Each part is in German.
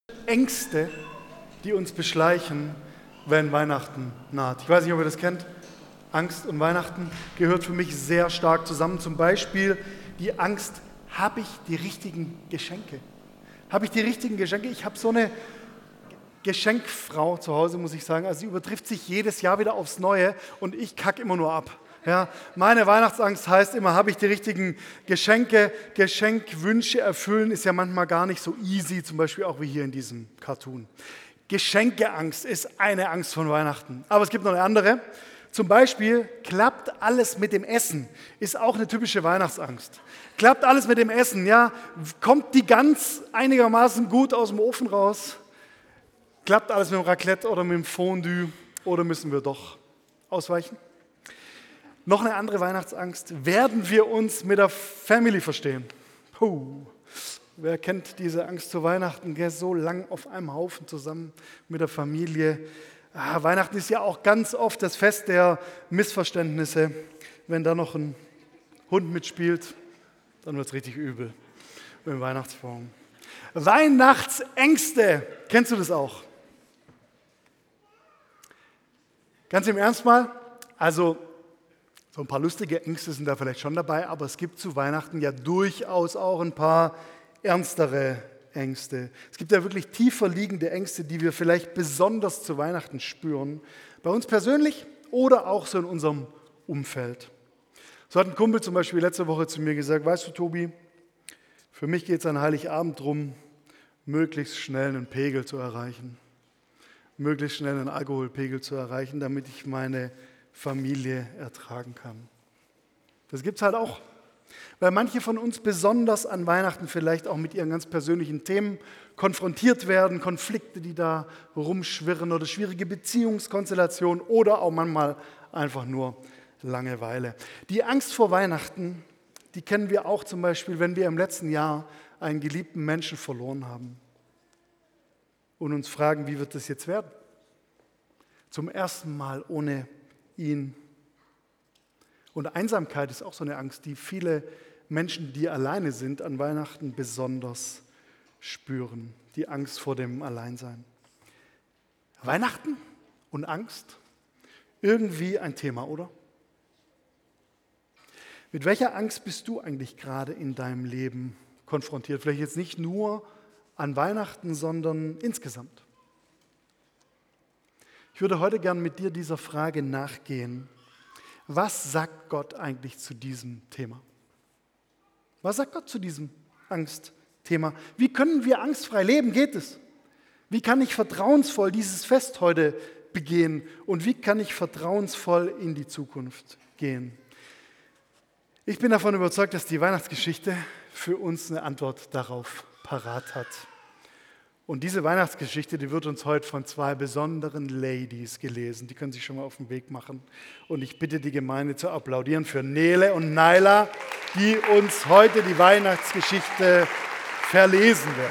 Ängste, die uns beschleichen, wenn Weihnachten naht. Ich weiß nicht, ob ihr das kennt. Angst und Weihnachten gehört für mich sehr stark zusammen. Zum Beispiel die Angst, habe ich die richtigen Geschenke? Habe ich die richtigen Geschenke? Ich habe so eine Geschenkfrau zu Hause, muss ich sagen. Also sie übertrifft sich jedes Jahr wieder aufs Neue und ich kacke immer nur ab. Ja, meine Weihnachtsangst heißt immer, habe ich die richtigen Geschenke? Geschenkwünsche erfüllen ist ja manchmal gar nicht so easy, zum Beispiel auch wie hier in diesem Cartoon. Geschenkeangst ist eine Angst von Weihnachten. Aber es gibt noch eine andere. Zum Beispiel klappt alles mit dem Essen, ist auch eine typische Weihnachtsangst. Klappt alles mit dem Essen, ja? Kommt die Gans einigermaßen gut aus dem Ofen raus? Klappt alles mit dem Raclette oder mit dem Fondue oder müssen wir doch ausweichen? Noch eine andere Weihnachtsangst. Werden wir uns mit der Family verstehen? Wer kennt diese Angst zu Weihnachten? So lang auf einem Haufen zusammen mit der Familie. Weihnachten ist ja auch ganz oft das Fest der Missverständnisse. Wenn da noch ein Hund mitspielt, dann wird es richtig übel im Weihnachtsbaum. Weihnachtsängste. Kennst du das auch? Ganz im Ernst mal, also so ein paar lustige Ängste sind da vielleicht schon dabei, aber es gibt zu Weihnachten ja durchaus auch ein paar ernstere Ängste. Es gibt ja wirklich tiefer liegende Ängste, die wir vielleicht besonders zu Weihnachten spüren, bei uns persönlich oder auch so in unserem Umfeld. So hat ein Kumpel zum Beispiel letzte Woche zu mir gesagt, weißt du Tobi, für mich geht es an Heiligabend darum, möglichst schnell einen Pegel zu erreichen, möglichst schnell einen Alkoholpegel zu erreichen, damit ich meine Familie ertragen kann. Das gibt es halt auch, weil manche von uns besonders an Weihnachten vielleicht auch mit ihren ganz persönlichen Themen konfrontiert werden, Konflikte, die da rumschwirren oder schwierige Beziehungskonstellationen oder auch manchmal einfach nur Langeweile. Die Angst vor Weihnachten, die kennen wir auch zum Beispiel, wenn wir im letzten Jahr einen geliebten Menschen verloren haben und uns fragen, wie wird das jetzt werden? Zum ersten Mal ohne ihn. Und Einsamkeit ist auch so eine Angst, die viele Menschen, die alleine sind, an Weihnachten besonders spüren. Die Angst vor dem Alleinsein. Weihnachten und Angst? Irgendwie ein Thema, oder? Mit welcher Angst bist du eigentlich gerade in deinem Leben konfrontiert? Vielleicht jetzt nicht nur an Weihnachten, sondern insgesamt. Ich würde heute gern mit dir dieser Frage nachgehen. Was sagt Gott eigentlich zu diesem Thema? Was sagt Gott zu diesem Angstthema? Wie können wir angstfrei leben? Geht es? Wie kann ich vertrauensvoll dieses Fest heute begehen? Und wie kann ich vertrauensvoll in die Zukunft gehen? Ich bin davon überzeugt, dass die Weihnachtsgeschichte für uns eine Antwort darauf parat hat. Und diese Weihnachtsgeschichte, die wird uns heute von zwei besonderen Ladies gelesen. Die können sich schon mal auf den Weg machen. Und ich bitte die Gemeinde zu applaudieren für Nele und Naila, die uns heute die Weihnachtsgeschichte verlesen werden.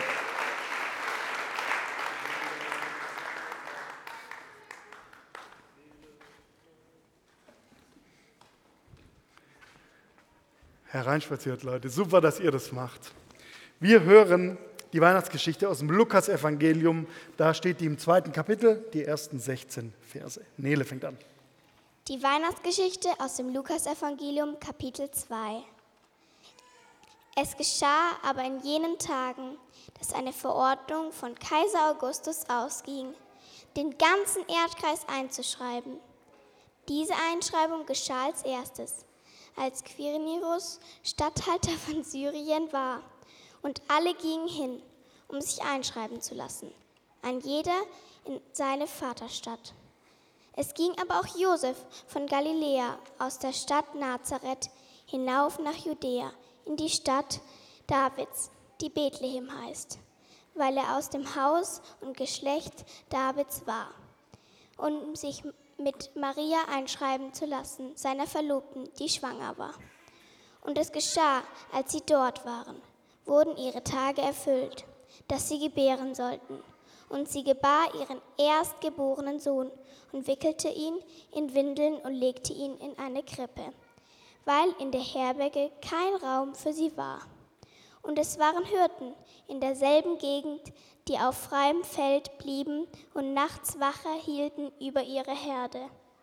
Hereinspaziert, Leute. Super, dass ihr das macht. Wir hören die Weihnachtsgeschichte aus dem Lukas-Evangelium, da steht die im 2. Kapitel, die ersten 16 Verse. Nele fängt an. Die Weihnachtsgeschichte aus dem Lukas-Evangelium, Kapitel 2. Es geschah aber in jenen Tagen, dass eine Verordnung von Kaiser Augustus ausging, den ganzen Erdkreis einzuschreiben. Diese Einschreibung geschah als erstes, als Quirinius Statthalter von Syrien war. Und alle gingen hin, um sich einschreiben zu lassen, ein jeder in seine Vaterstadt. Es ging aber auch Josef von Galiläa aus der Stadt Nazareth hinauf nach Judäa, in die Stadt Davids, die Bethlehem heißt, weil er aus dem Haus und Geschlecht Davids war, um sich mit Maria einschreiben zu lassen, seiner Verlobten, die schwanger war. Und es geschah, als sie dort waren, wurden ihre Tage erfüllt, dass sie gebären sollten. Und sie gebar ihren erstgeborenen Sohn und wickelte ihn in Windeln und legte ihn in eine Krippe, weil in der Herberge kein Raum für sie war. Und es waren Hirten in derselben Gegend, die auf freiem Feld blieben und nachts Wache hielten über ihre Herde.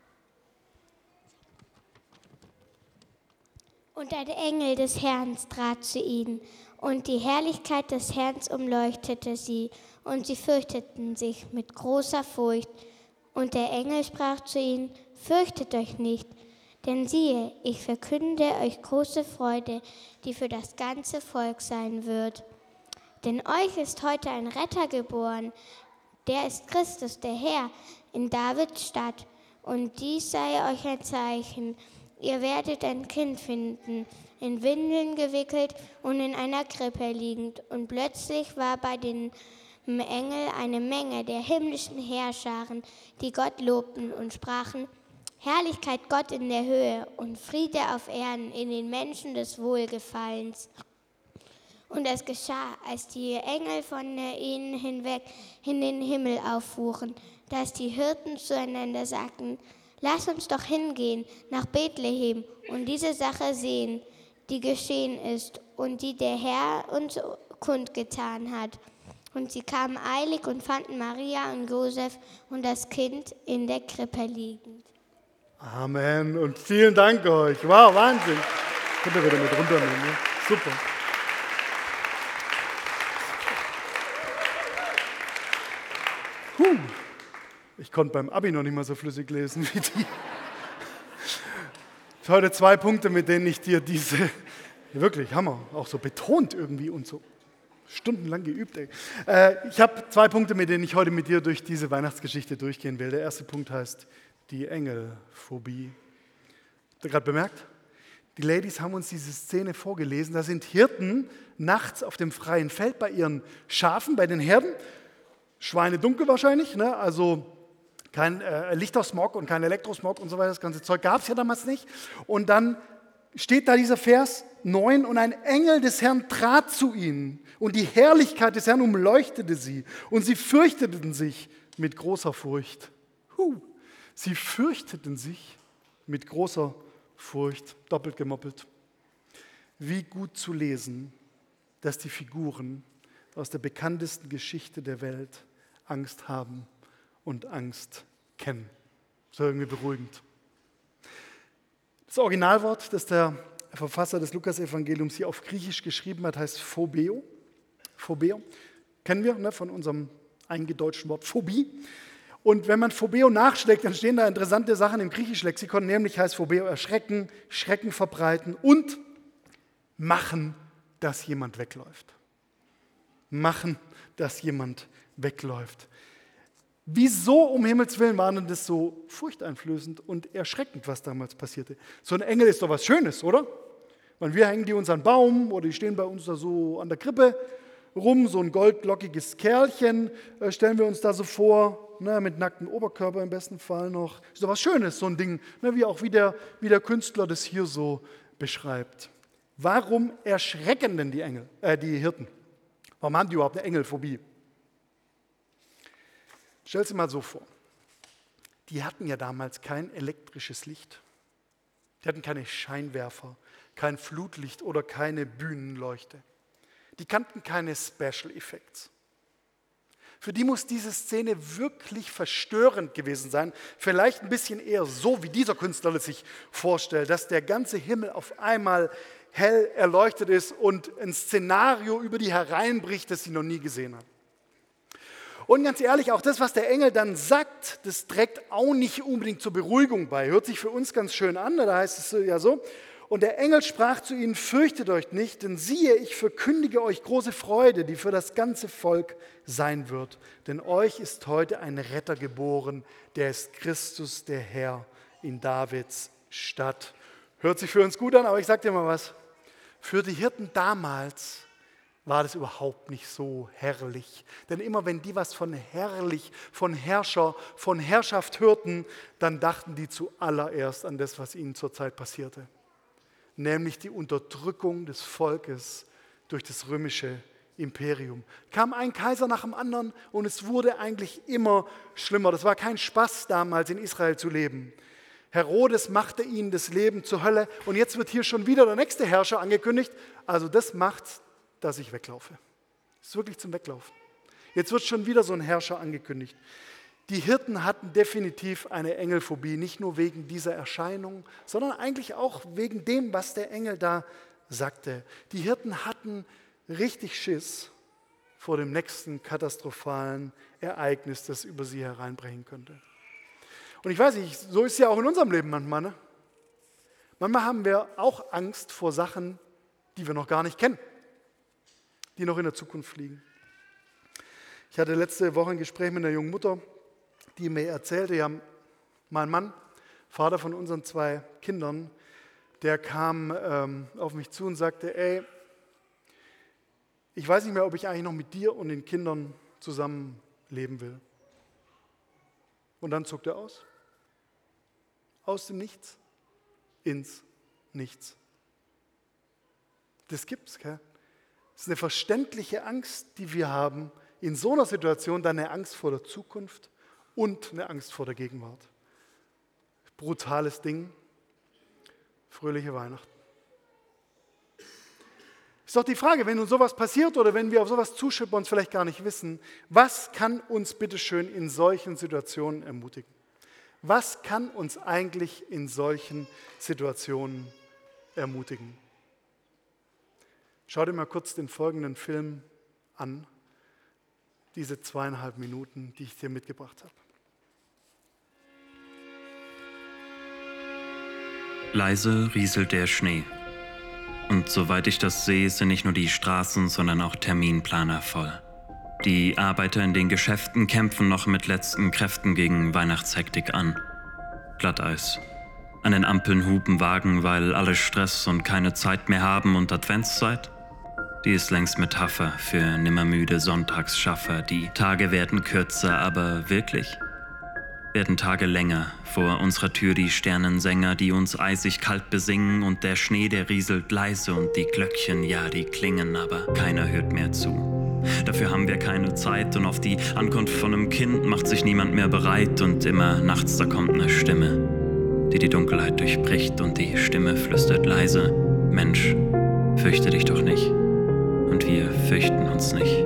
Und ein Engel des Herrn trat zu ihnen, und die Herrlichkeit des Herrn umleuchtete sie, und sie fürchteten sich mit großer Furcht. Und der Engel sprach zu ihnen: Fürchtet euch nicht, denn siehe, ich verkünde euch große Freude, die für das ganze Volk sein wird. Denn euch ist heute ein Retter geboren, der ist Christus, der Herr, in Davids Stadt. Und dies sei euch ein Zeichen: Ihr werdet ein Kind finden, in Windeln gewickelt und in einer Krippe liegend. Und plötzlich war bei dem Engel eine Menge der himmlischen Heerscharen, die Gott lobten und sprachen: Herrlichkeit Gott in der Höhe und Friede auf Erden in den Menschen des Wohlgefallens. Und es geschah, als die Engel von ihnen hinweg in den Himmel auffuhren, dass die Hirten zueinander sagten: Lass uns doch hingehen nach Bethlehem und diese Sache sehen, die geschehen ist und die der Herr uns kundgetan hat. Und sie kamen eilig und fanden Maria und Josef und das Kind in der Krippe liegend. Amen und vielen Dank euch. Wow, Wahnsinn. Könnt ihr wieder mit runternehmen, ne? Super. Ich konnte beim Abi noch nicht mal so flüssig lesen wie die. Heute 2 Punkte, mit denen ich dir diese, wirklich Hammer, auch so betont irgendwie und so stundenlang geübt. Ey. Ich habe 2 Punkte, mit denen ich heute mit dir durch diese Weihnachtsgeschichte durchgehen will. Der erste Punkt heißt die Engelphobie. Habt ihr gerade bemerkt? Die Ladies haben uns diese Szene vorgelesen. Da sind Hirten nachts auf dem freien Feld bei ihren Schafen, bei den Herden. Schweine dunkel wahrscheinlich, ne? Also kein Lichtersmog und kein Elektrosmog und so weiter. Das ganze Zeug gab es ja damals nicht. Und dann steht da dieser Vers 9: Und ein Engel des Herrn trat zu ihnen und die Herrlichkeit des Herrn umleuchtete sie und sie fürchteten sich mit großer Furcht. Sie fürchteten sich mit großer Furcht, doppelt gemoppelt. Wie gut zu lesen, dass die Figuren aus der bekanntesten Geschichte der Welt Angst haben und Angst kennen. So irgendwie beruhigend. Das Originalwort, das der Verfasser des Lukas-Evangeliums hier auf Griechisch geschrieben hat, heißt Phobeo. Phobeo. Kennen wir, ne, von unserem eingedeutschten Wort Phobie. Und wenn man Phobeo nachschlägt, dann stehen da interessante Sachen im Griechisch-Lexikon, nämlich heißt Phobeo erschrecken, Schrecken verbreiten und machen, dass jemand wegläuft. Machen, dass jemand wegläuft. Wieso um Himmels Willen war denn das so furchteinflößend und erschreckend, was damals passierte? So ein Engel ist doch was Schönes, oder? Weil wir hängen die uns an einen Baum oder die stehen bei uns da so an der Krippe rum, so ein goldlockiges Kerlchen stellen wir uns da so vor, ne, mit nacktem Oberkörper im besten Fall noch. Ist doch was Schönes, so ein Ding, ne, wie der Künstler das hier so beschreibt. Warum erschrecken denn die Hirten? Warum haben die überhaupt eine Engelphobie? Stell dir mal so vor, die hatten ja damals kein elektrisches Licht. Die hatten keine Scheinwerfer, kein Flutlicht oder keine Bühnenleuchte. Die kannten keine Special Effects. Für die muss diese Szene wirklich verstörend gewesen sein. Vielleicht ein bisschen eher so, wie dieser Künstler es sich vorstellt, dass der ganze Himmel auf einmal hell erleuchtet ist und ein Szenario über die hereinbricht, das sie noch nie gesehen haben. Und ganz ehrlich, auch das, was der Engel dann sagt, das trägt auch nicht unbedingt zur Beruhigung bei. Hört sich für uns ganz schön an, da heißt es ja so: Und der Engel sprach zu ihnen: Fürchtet euch nicht, denn siehe, ich verkündige euch große Freude, die für das ganze Volk sein wird. Denn euch ist heute ein Retter geboren, der ist Christus, der Herr, in Davids Stadt. Hört sich für uns gut an, aber ich sage dir mal was. Für die Hirten damals war das überhaupt nicht so herrlich. Denn immer wenn die was von herrlich, von Herrscher, von Herrschaft hörten, dann dachten die zuallererst an das, was ihnen zurzeit passierte. Nämlich die Unterdrückung des Volkes durch das römische Imperium. Kam ein Kaiser nach dem anderen und es wurde eigentlich immer schlimmer. Das war kein Spaß damals in Israel zu leben. Herodes machte ihnen das Leben zur Hölle und jetzt wird hier schon wieder der nächste Herrscher angekündigt. Also das macht, dass ich weglaufe. Das ist wirklich zum Weglaufen. Jetzt wird schon wieder so ein Herrscher angekündigt. Die Hirten hatten definitiv eine Engelphobie, nicht nur wegen dieser Erscheinung, sondern eigentlich auch wegen dem, was der Engel da sagte. Die Hirten hatten richtig Schiss vor dem nächsten katastrophalen Ereignis, das über sie hereinbrechen könnte. Und ich weiß nicht, so ist es ja auch in unserem Leben manchmal. Ne? Manchmal haben wir auch Angst vor Sachen, die wir noch gar nicht kennen, die noch in der Zukunft liegen. Ich hatte letzte Woche ein Gespräch mit einer jungen Mutter, die mir erzählte, ja, mein Mann, Vater von unseren 2 Kindern, der kam auf mich zu und sagte, ey, ich weiß nicht mehr, ob ich eigentlich noch mit dir und den Kindern zusammenleben will. Und dann zog er aus. Aus dem Nichts ins Nichts. Das gibt's, gell? Das ist eine verständliche Angst, die wir haben. In so einer Situation dann eine Angst vor der Zukunft und eine Angst vor der Gegenwart. Brutales Ding. Fröhliche Weihnachten. Ist doch die Frage, wenn uns sowas passiert oder wenn wir auf sowas zuschippen und uns vielleicht gar nicht wissen, was kann uns bitteschön in solchen Situationen ermutigen? Was kann uns eigentlich in solchen Situationen ermutigen? Schau dir mal kurz den folgenden Film an, diese 2,5 Minuten, die ich dir mitgebracht habe. Leise rieselt der Schnee. Und soweit ich das sehe, sind nicht nur die Straßen, sondern auch Terminplaner voll. Die Arbeiter in den Geschäften kämpfen noch mit letzten Kräften gegen Weihnachtshektik an. Glatteis. An den Ampeln hupen Wagen, weil alle Stress und keine Zeit mehr haben und Adventszeit? Die ist längst Metapher für nimmermüde Sonntagsschaffer. Die Tage werden kürzer, aber wirklich? Werden Tage länger, vor unserer Tür die Sternensänger, die uns eisig kalt besingen und der Schnee, der rieselt leise und die Glöckchen, ja, die klingen, aber keiner hört mehr zu. Dafür haben wir keine Zeit und auf die Ankunft von einem Kind macht sich niemand mehr bereit und immer nachts da kommt eine Stimme, die die Dunkelheit durchbricht und die Stimme flüstert leise, Mensch, fürchte dich doch nicht. Und wir fürchten uns nicht.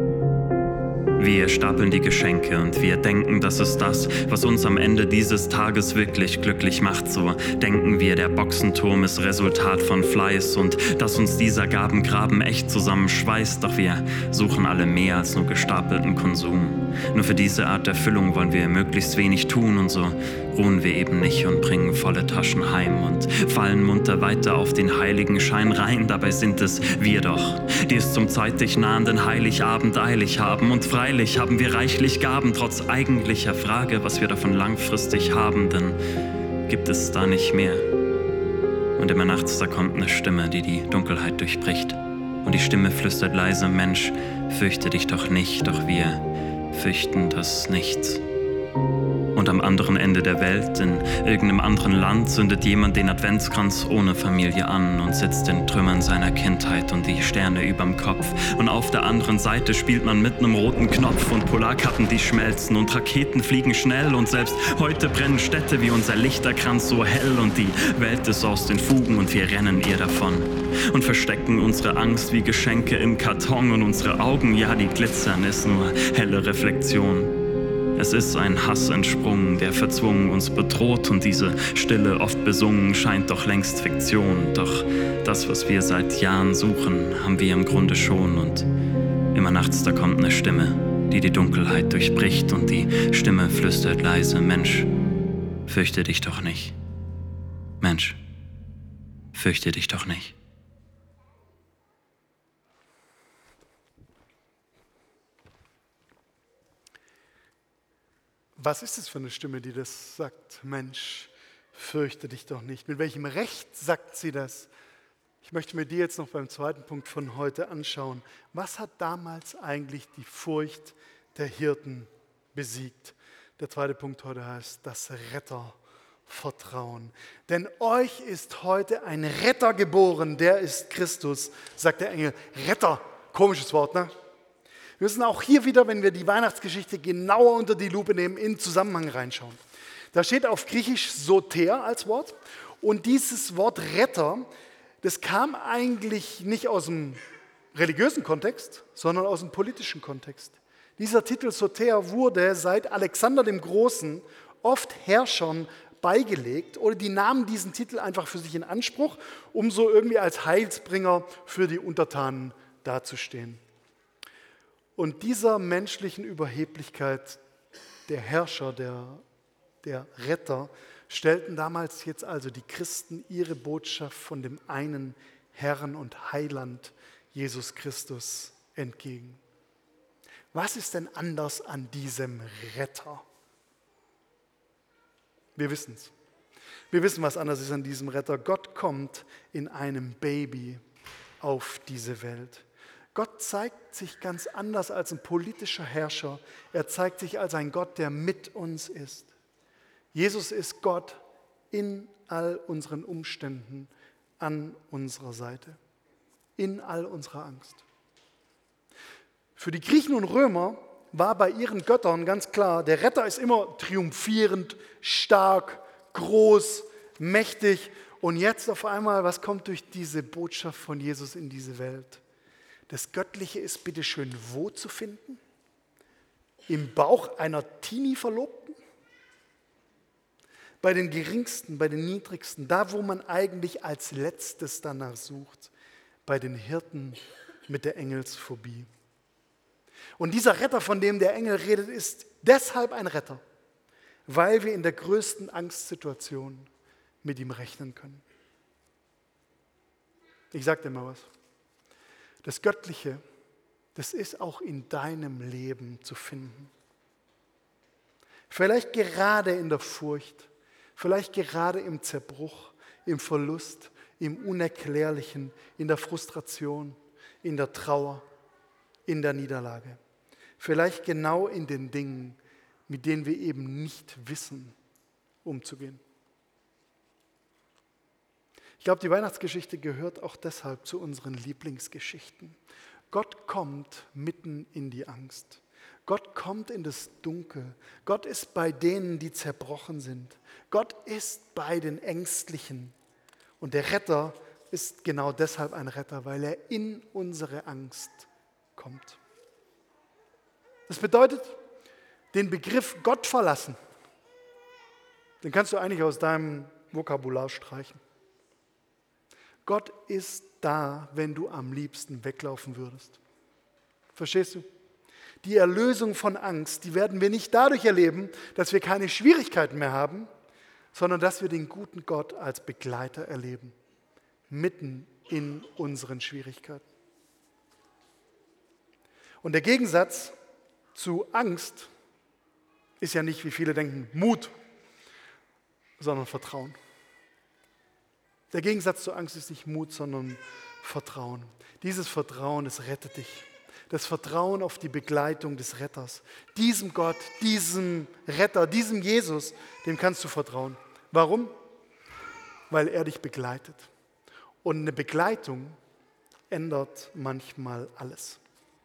Wir stapeln die Geschenke und wir denken, das ist das, was uns am Ende dieses Tages wirklich glücklich macht. So denken wir, der Boxenturm ist Resultat von Fleiß und dass uns dieser Gabengraben echt zusammenschweißt. Doch wir suchen alle mehr als nur gestapelten Konsum. Nur für diese Art Erfüllung wollen wir möglichst wenig tun und so ruhen wir eben nicht und bringen volle Taschen heim und fallen munter weiter auf den heiligen Schein rein. Dabei sind es wir doch, die es zum zeitig nahenden Heiligabend eilig haben. Und freilich haben wir reichlich Gaben, trotz eigentlicher Frage, was wir davon langfristig haben, denn gibt es da nicht mehr. Und immer nachts, da kommt eine Stimme, die die Dunkelheit durchbricht. Und die Stimme flüstert leise, Mensch, fürchte dich doch nicht, doch wir fürchten das Nichts. Und am anderen Ende der Welt, in irgendeinem anderen Land, zündet jemand den Adventskranz ohne Familie an und sitzt in Trümmern seiner Kindheit und die Sterne überm Kopf. Und auf der anderen Seite spielt man mit einem roten Knopf und Polarkappen, die schmelzen und Raketen fliegen schnell und selbst heute brennen Städte wie unser Lichterkranz so hell und die Welt ist aus den Fugen und wir rennen ihr davon und verstecken unsere Angst wie Geschenke im Karton und unsere Augen, ja, die glitzern, ist nur helle Reflexion. Es ist ein Hass entsprungen, der verzwungen uns bedroht und diese Stille, oft besungen, scheint doch längst Fiktion. Doch das, was wir seit Jahren suchen, haben wir im Grunde schon und immer nachts, da kommt eine Stimme, die die Dunkelheit durchbricht und die Stimme flüstert leise, Mensch, fürchte dich doch nicht. Mensch, fürchte dich doch nicht. Was ist es für eine Stimme, die das sagt? Mensch, fürchte dich doch nicht. Mit welchem Recht sagt sie das? Ich möchte mir die jetzt noch beim zweiten Punkt von heute anschauen. Was hat damals eigentlich die Furcht der Hirten besiegt? Der zweite Punkt heute heißt das Rettervertrauen. Denn euch ist heute ein Retter geboren, der ist Christus, sagt der Engel. Retter, komisches Wort, ne? Wir müssen auch hier wieder, wenn wir die Weihnachtsgeschichte genauer unter die Lupe nehmen, in Zusammenhang reinschauen. Da steht auf Griechisch Soter als Wort und dieses Wort Retter, das kam eigentlich nicht aus dem religiösen Kontext, sondern aus dem politischen Kontext. Dieser Titel Soter wurde seit Alexander dem Großen oft Herrschern beigelegt oder die nahmen diesen Titel einfach für sich in Anspruch, um so irgendwie als Heilsbringer für die Untertanen dazustehen. Und dieser menschlichen Überheblichkeit der Herrscher, der Retter, stellten damals jetzt also die Christen ihre Botschaft von dem einen Herrn und Heiland Jesus Christus entgegen. Was ist denn anders an diesem Retter? Wir wissen es. Wir wissen, was anders ist an diesem Retter. Gott kommt in einem Baby auf diese Welt. Gott zeigt sich ganz anders als ein politischer Herrscher. Er zeigt sich als ein Gott, der mit uns ist. Jesus ist Gott in all unseren Umständen an unserer Seite, in all unserer Angst. Für die Griechen und Römer war bei ihren Göttern ganz klar, der Retter ist immer triumphierend, stark, groß, mächtig. Und jetzt auf einmal, was kommt durch diese Botschaft von Jesus in diese Welt? Das Göttliche ist bitteschön wo zu finden? Im Bauch einer Teenie-Verlobten? Bei den Geringsten, bei den Niedrigsten, da wo man eigentlich als Letztes danach sucht, bei den Hirten mit der Engelsphobie. Und dieser Retter, von dem der Engel redet, ist deshalb ein Retter, weil wir in der größten Angstsituation mit ihm rechnen können. Ich sage dir mal was. Das Göttliche, das ist auch in deinem Leben zu finden. Vielleicht gerade in der Furcht, vielleicht gerade im Zerbruch, im Verlust, im Unerklärlichen, in der Frustration, in der Trauer, in der Niederlage. Vielleicht genau in den Dingen, mit denen wir eben nicht wissen, umzugehen. Ich glaube, die Weihnachtsgeschichte gehört auch deshalb zu unseren Lieblingsgeschichten. Gott kommt mitten in die Angst. Gott kommt in das Dunkel. Gott ist bei denen, die zerbrochen sind. Gott ist bei den Ängstlichen. Und der Retter ist genau deshalb ein Retter, weil er in unsere Angst kommt. Das bedeutet, den Begriff Gott verlassen, den kannst du eigentlich aus deinem Vokabular streichen. Gott ist da, wenn du am liebsten weglaufen würdest. Verstehst du? Die Erlösung von Angst, die werden wir nicht dadurch erleben, dass wir keine Schwierigkeiten mehr haben, sondern dass wir den guten Gott als Begleiter erleben, mitten in unseren Schwierigkeiten. Und der Gegensatz zu Angst ist ja nicht, wie viele denken, Mut, sondern Vertrauen. Der Gegensatz zur Angst ist nicht Mut, sondern Vertrauen. Dieses Vertrauen, das rettet dich. Das Vertrauen auf die Begleitung des Retters. Diesem Gott, diesem Retter, diesem Jesus, dem kannst du vertrauen. Warum? Weil er dich begleitet. Und eine Begleitung ändert manchmal alles.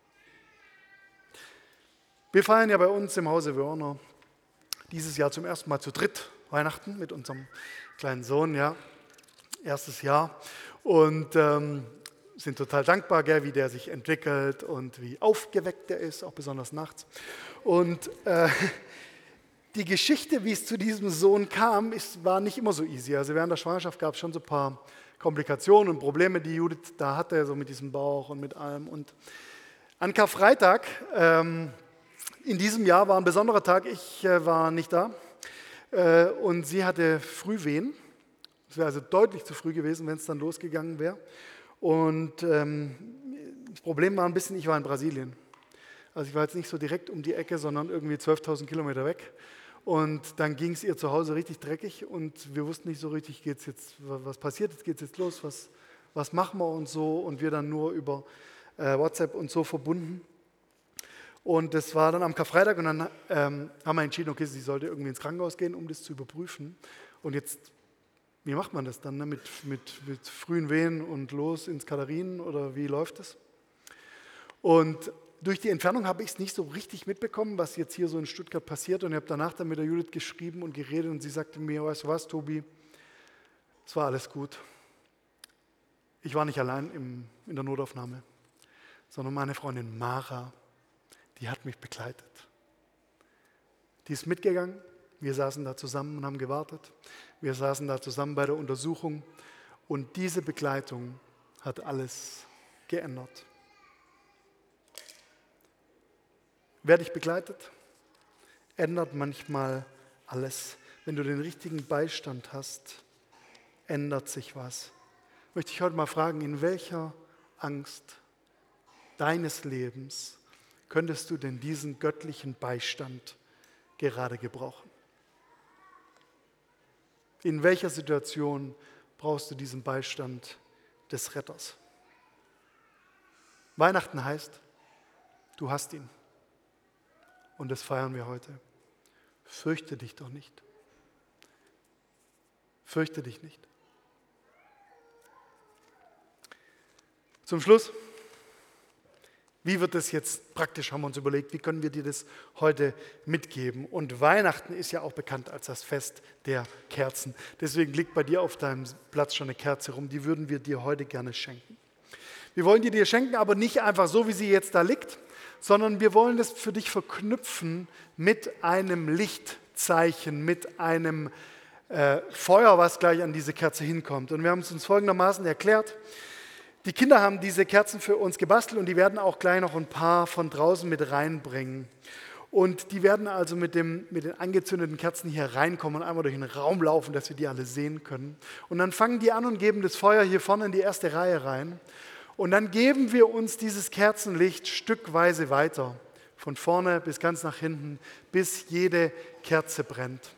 Wir feiern ja bei uns im Hause Wörner dieses Jahr zum ersten Mal zu dritt Weihnachten mit unserem kleinen Sohn, ja, erstes Jahr. Und sind total dankbar, gell, wie der sich entwickelt und wie aufgeweckt er ist, auch besonders nachts. Und die Geschichte, wie es zu diesem Sohn kam, war nicht immer so easy. Also während der Schwangerschaft gab es schon so ein paar Komplikationen und Probleme, die Judith da hatte, so mit diesem Bauch und mit allem. Und an Karfreitag in diesem Jahr war ein besonderer Tag. Ich war nicht da und sie hatte Frühwehen. Es wäre also deutlich zu früh gewesen, wenn es dann losgegangen wäre. Und das Problem war ein bisschen, ich war in Brasilien. Also ich war jetzt nicht so direkt um die Ecke, sondern irgendwie 12.000 Kilometer weg. Und dann ging es ihr zu Hause richtig dreckig und wir wussten nicht so richtig, geht's jetzt, was passiert, jetzt geht's jetzt los, was machen wir und so. Und wir dann nur über WhatsApp und so verbunden. Und das war dann am Karfreitag und dann haben wir entschieden, okay, sie sollte irgendwie ins Krankenhaus gehen, um das zu überprüfen. Und jetzt, wie macht man das dann, ne? Mit frühen Wehen und los ins Katharinen oder wie läuft das? Und durch die Entfernung habe ich es nicht so richtig mitbekommen, was jetzt hier so in Stuttgart passiert. Und ich habe danach dann mit der Judith geschrieben und geredet und sie sagte mir, weißt du was, Tobi, es war alles gut. Ich war nicht allein in der Notaufnahme, sondern meine Freundin Mara, die hat mich begleitet. Die ist mitgegangen. Wir saßen da zusammen und haben gewartet. Wir saßen da zusammen bei der Untersuchung. Und diese Begleitung hat alles geändert. Wer dich begleitet, ändert manchmal alles. Wenn du den richtigen Beistand hast, ändert sich was. Möchte ich heute mal fragen, in welcher Angst deines Lebens könntest du denn diesen göttlichen Beistand gerade gebrauchen? In welcher Situation brauchst du diesen Beistand des Retters? Weihnachten heißt, du hast ihn. Und das feiern wir heute. Fürchte dich doch nicht. Fürchte dich nicht. Zum Schluss, wie wird das jetzt praktisch, haben wir uns überlegt, wie können wir dir das heute mitgeben? Und Weihnachten ist ja auch bekannt als das Fest der Kerzen. Deswegen liegt bei dir auf deinem Platz schon eine Kerze rum, die würden wir dir heute gerne schenken. Wir wollen die dir schenken, aber nicht einfach so, wie sie jetzt da liegt, sondern wir wollen das für dich verknüpfen mit einem Lichtzeichen, mit einem Feuer, was gleich an diese Kerze hinkommt. Und wir haben es uns folgendermaßen erklärt. Die Kinder haben diese Kerzen für uns gebastelt und die werden auch gleich noch ein paar von draußen mit reinbringen. Und die werden also mit den angezündeten Kerzen hier reinkommen und einmal durch den Raum laufen, dass wir die alle sehen können. Und dann fangen die an und geben das Feuer hier vorne in die erste Reihe rein. Und dann geben wir uns dieses Kerzenlicht stückweise weiter, von vorne bis ganz nach hinten, bis jede Kerze brennt.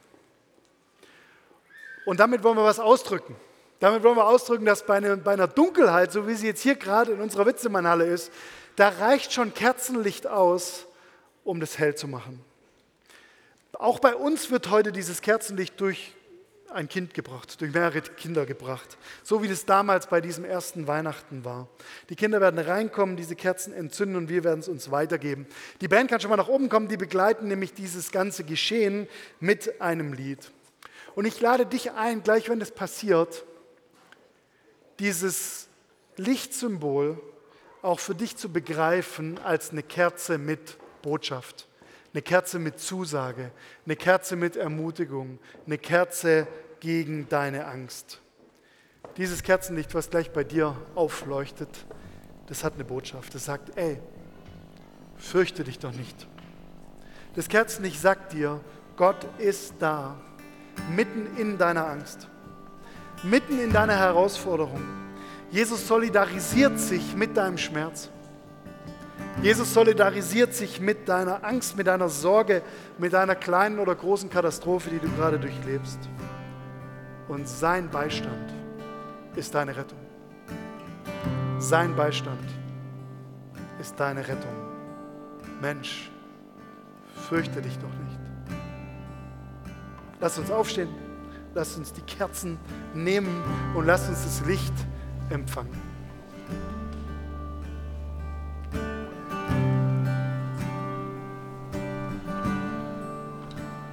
Und damit wollen wir was ausdrücken. Damit wollen wir ausdrücken, dass bei einer Dunkelheit, so wie sie jetzt hier gerade in unserer Witzemannhalle ist, da reicht schon Kerzenlicht aus, um das hell zu machen. Auch bei uns wird heute dieses Kerzenlicht durch ein Kind gebracht, durch mehrere Kinder gebracht, so wie das damals bei diesem ersten Weihnachten war. Die Kinder werden reinkommen, diese Kerzen entzünden und wir werden es uns weitergeben. Die Band kann schon mal nach oben kommen, die begleiten nämlich dieses ganze Geschehen mit einem Lied. Und ich lade dich ein, gleich wenn das passiert, dieses Lichtsymbol auch für dich zu begreifen als eine Kerze mit Botschaft, eine Kerze mit Zusage, eine Kerze mit Ermutigung, eine Kerze gegen deine Angst. Dieses Kerzenlicht, was gleich bei dir aufleuchtet, das hat eine Botschaft. Das sagt, ey, fürchte dich doch nicht. Das Kerzenlicht sagt dir, Gott ist da, mitten in deiner Angst, mitten in deiner Herausforderung. Jesus solidarisiert sich mit deinem Schmerz. Jesus solidarisiert sich mit deiner Angst, mit deiner Sorge, mit deiner kleinen oder großen Katastrophe, die du gerade durchlebst. Und sein Beistand ist deine Rettung. Sein Beistand ist deine Rettung. Mensch, fürchte dich doch nicht. Lass uns aufstehen, lass uns die Kerzen nehmen und lass uns das Licht empfangen.